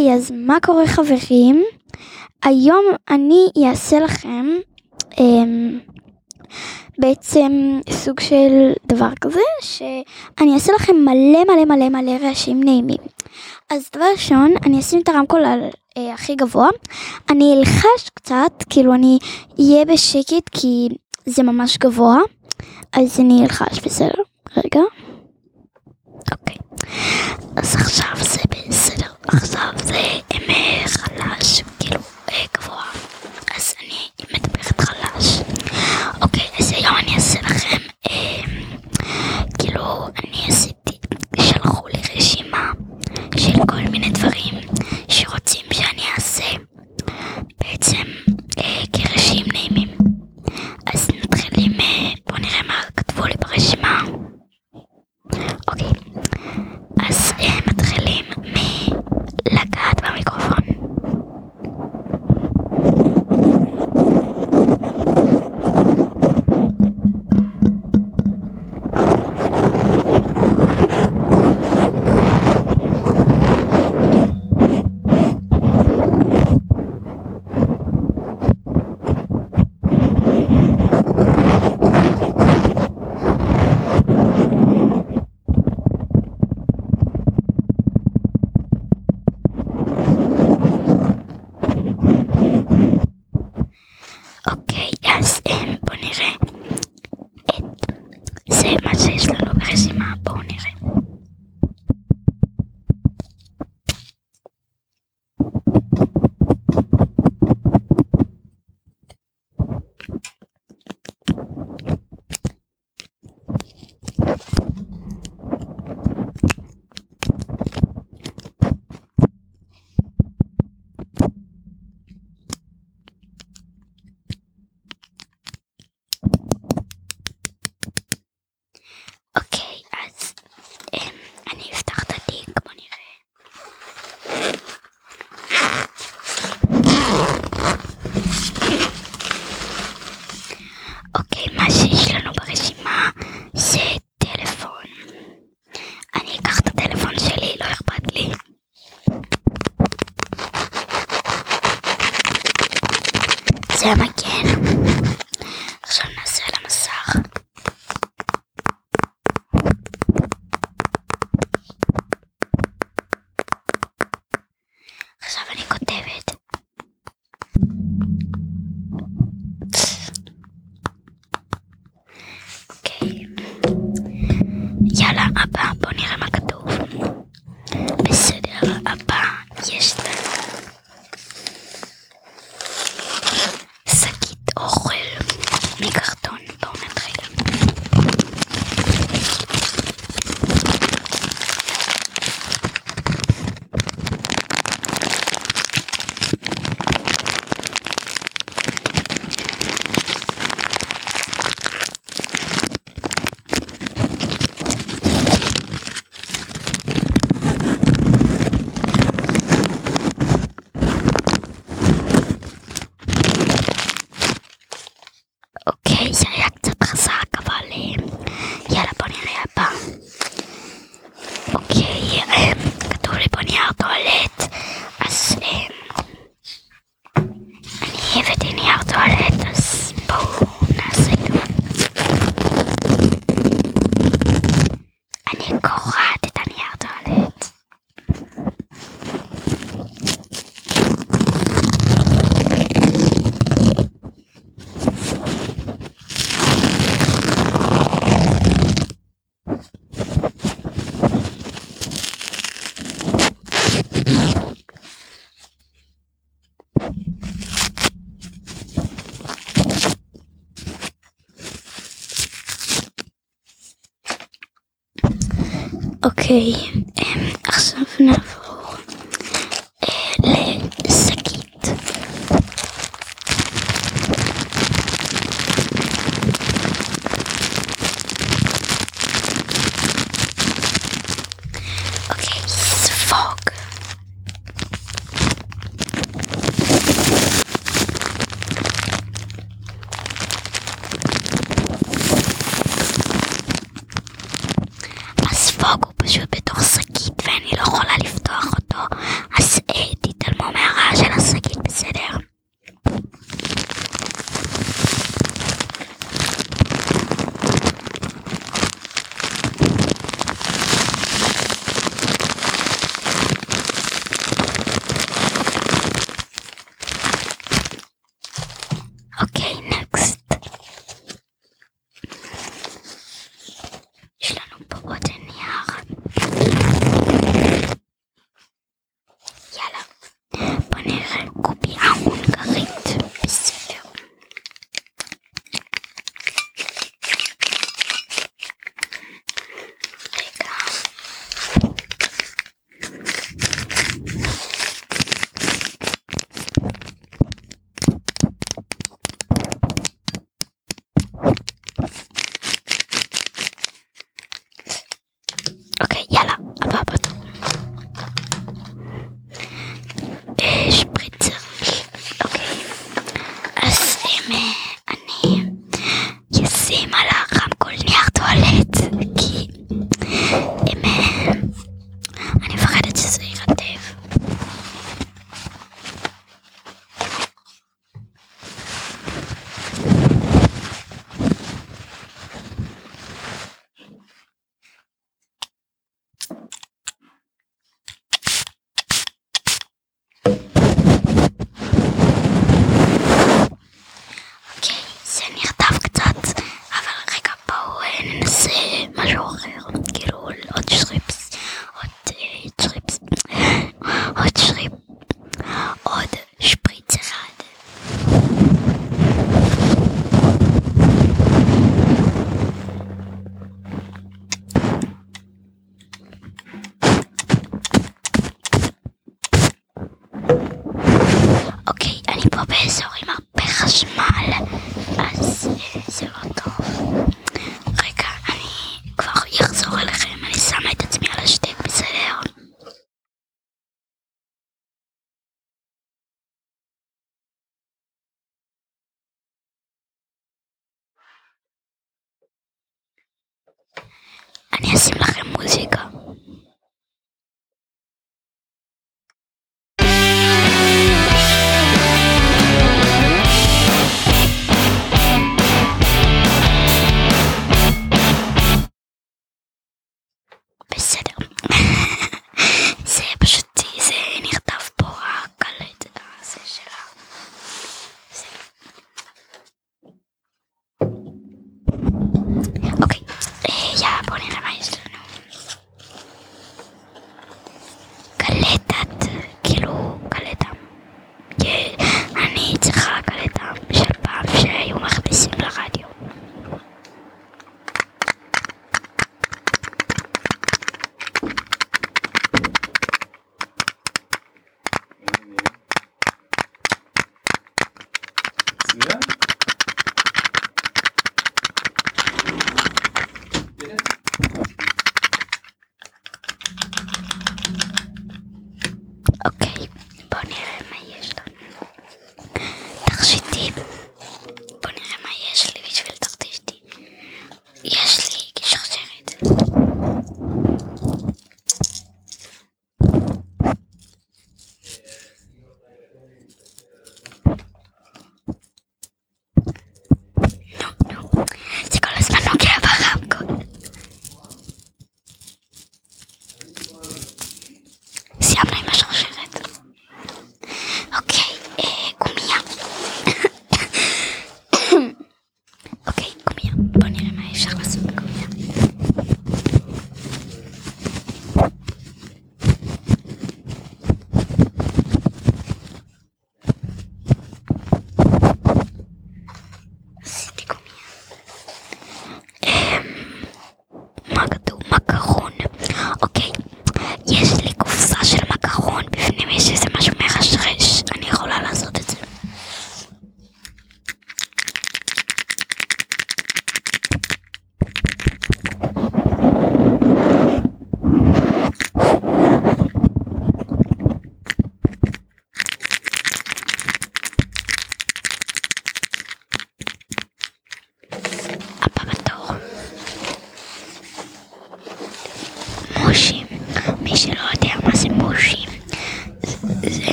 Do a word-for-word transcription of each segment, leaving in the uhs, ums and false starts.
היי, אז מה קורה חברים? היום אני אעשה לכם אמ, בעצם סוג של דבר כזה, שאני אעשה לכם מלא מלא מלא מלא רעשים נעימים. אז דבר ראשון, אני אשים את הרמקול על אה, הכי גבוה, אני אלחש קצת, כאילו אני אהיה בשקט כי זה ממש גבוה, אז אני אלחש בסדר, רגע. אוקיי, אז עכשיו זה בסדר, עכשיו זה אמר חלש, כאילו אה, גבוה, אז אני מדברת חלש. אוקיי, אז היום אני אעשה לכם, אה, כאילו אני עשיתי, שלחו לי רשימה של כל מיני דברים שרוצים שאני אעשה, בעצם אה, כרשים נעימים. אז נתחיל עם, אה, בוא נראה מה כתבו לי ברשימה. אוקיי, אז אה, מתחילים מלגעת במיקרופון. אוקיי, אז בואו נראה את זה, מה שיש לנו ברשימה, בואו נראה. אוקיי, אז אמ, אני אפתח את התיק, בוא נראה. אוקיי, מה שיש לנו ברשימה זה טלפון. אני אקח את הטלפון שלי, לא אכפת לי. זה המגן. עכשיו נעשה על המסך. עכשיו אני כותבת. אוקיי. יאללה, הבא, בוא נראה מה כתוב. בסדר, הבא, יש לנו שקית אוכל מקרטון. בואו נתחיל. אוקיי, זה היה קצת חזק, אבל יאללה, בוא נראה הבא. אוקיי, כתוב לי בוא נייר טואלט, אז אני הבאתי נייר טואלט, אז בואו נעשה. אני קורעת את הנייר טואלט. אוקיי, עכשיו נעבור לשקית. אוקיי, ספוג. הספוג הוא פשוט בתוך שקית ואני לא יכולה לפתוח אותו, אז אוקיי, אני פה באזור עם הרבה חשמל, אז זה לא טוב. רגע, אני כבר אחזור אליכם, אני שמה את עצמי על השתק, בסדר? אני אשים לכם מוזיקה. בסדר. זה פשוט, זה נכתב פה הקלט הזה שלה. אוקיי, יאללה, בוא נראה מה יש לנו. קלטת, כאילו קלטה. אני צריכה קלטה של פעם שהיו מכניסים לרדיו. אוקיי, בוא נראה מה יש לנו. תכשיטים. בוא נראה מה יש לי בשביל תכשיטים. יש לי שרשרת. נו, נו. זה כל הזמן נוגע ברמקול. סיימנו עם השרשרת.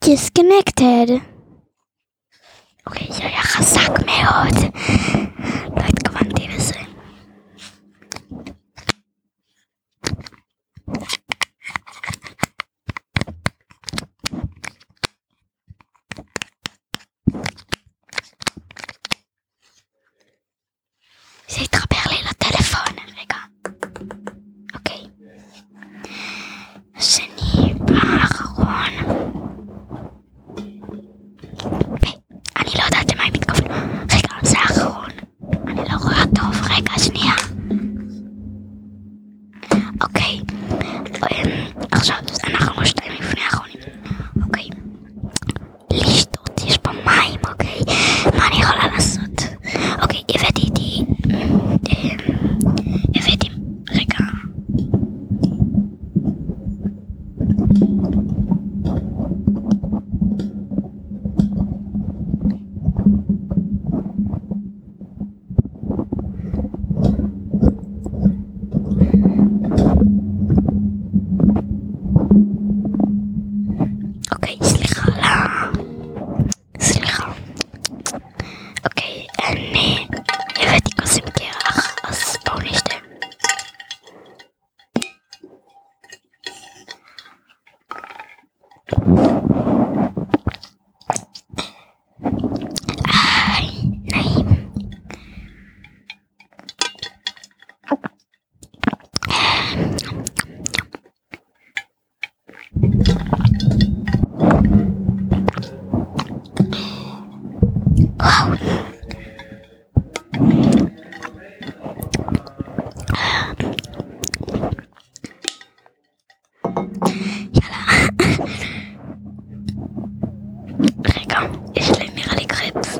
disconnected. אוקיי, זה היה חזק מאוד. לא התכוונתי לזה. זה התחבר לי לטלפון. רגע. אוקיי. השני באחרון. אני לא יודעת למה הם מתכוונים. רגע, זה האחרון. אני לא רואה טוב. רגע, שנייה. אוקיי. עכשיו אנחנו שתיים לפני האחרונים. אוקיי. לשתות, יש פה מים, אוקיי? מה אני יכולה לעשות? אוקיי, הבאתי איתי... הבאתי... רגע. אוקיי, סליחה, לא. סליחה. אוקיי, אני הבאתי כוס עם קרח, אז בואו נשתה. איי, נעים. וואו. יאללה. רגע, יש לי נראה לי קרפס.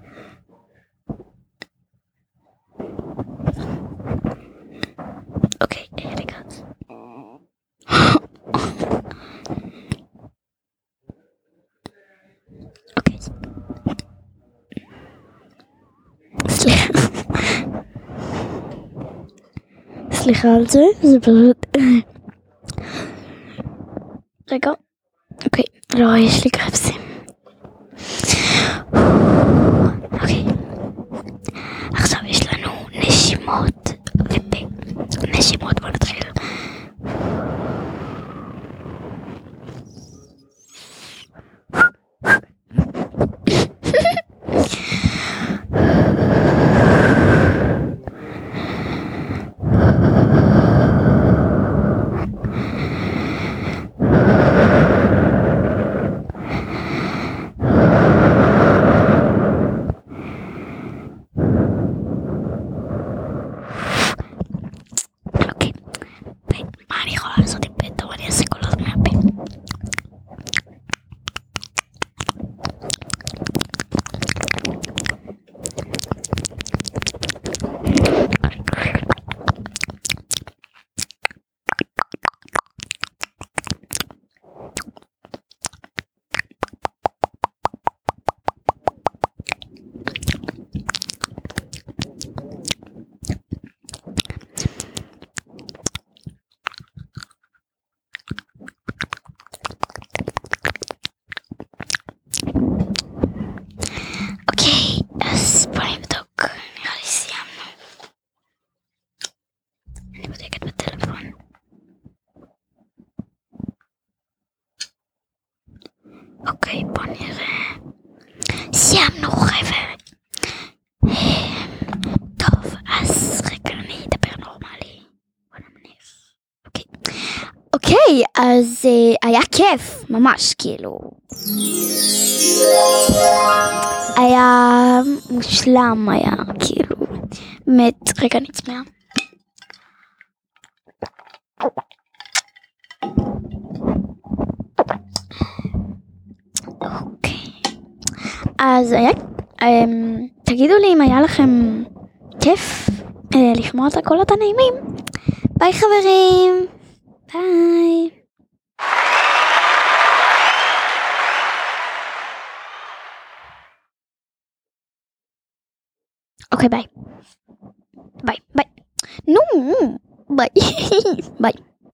אוקיי, רגע. אוקיי. סליחה. סליחה על זה, זה פשוט... רגע. אוקיי, לא, יש לי קרפסים. אוקיי. עכשיו יש לנו נשימות ופה. נשימות, בוא נתחיל. אוקיי, בוא נראה. סיימנו חבר'ה. טוב, אז רגע אני אדבר נורמלי. בוא נמניח. אוקיי. אוקיי, אז uh, היה כיף, ממש, כאילו. היה מושלם, היה כאילו. באמת, רגע נצמא. אוקיי. אז היה, תגידו לי אם היה לכם כיף לשמוע את הקולות הנעימים. ביי חברים. ביי. אוקיי, ביי. ביי, ביי. נו, ביי.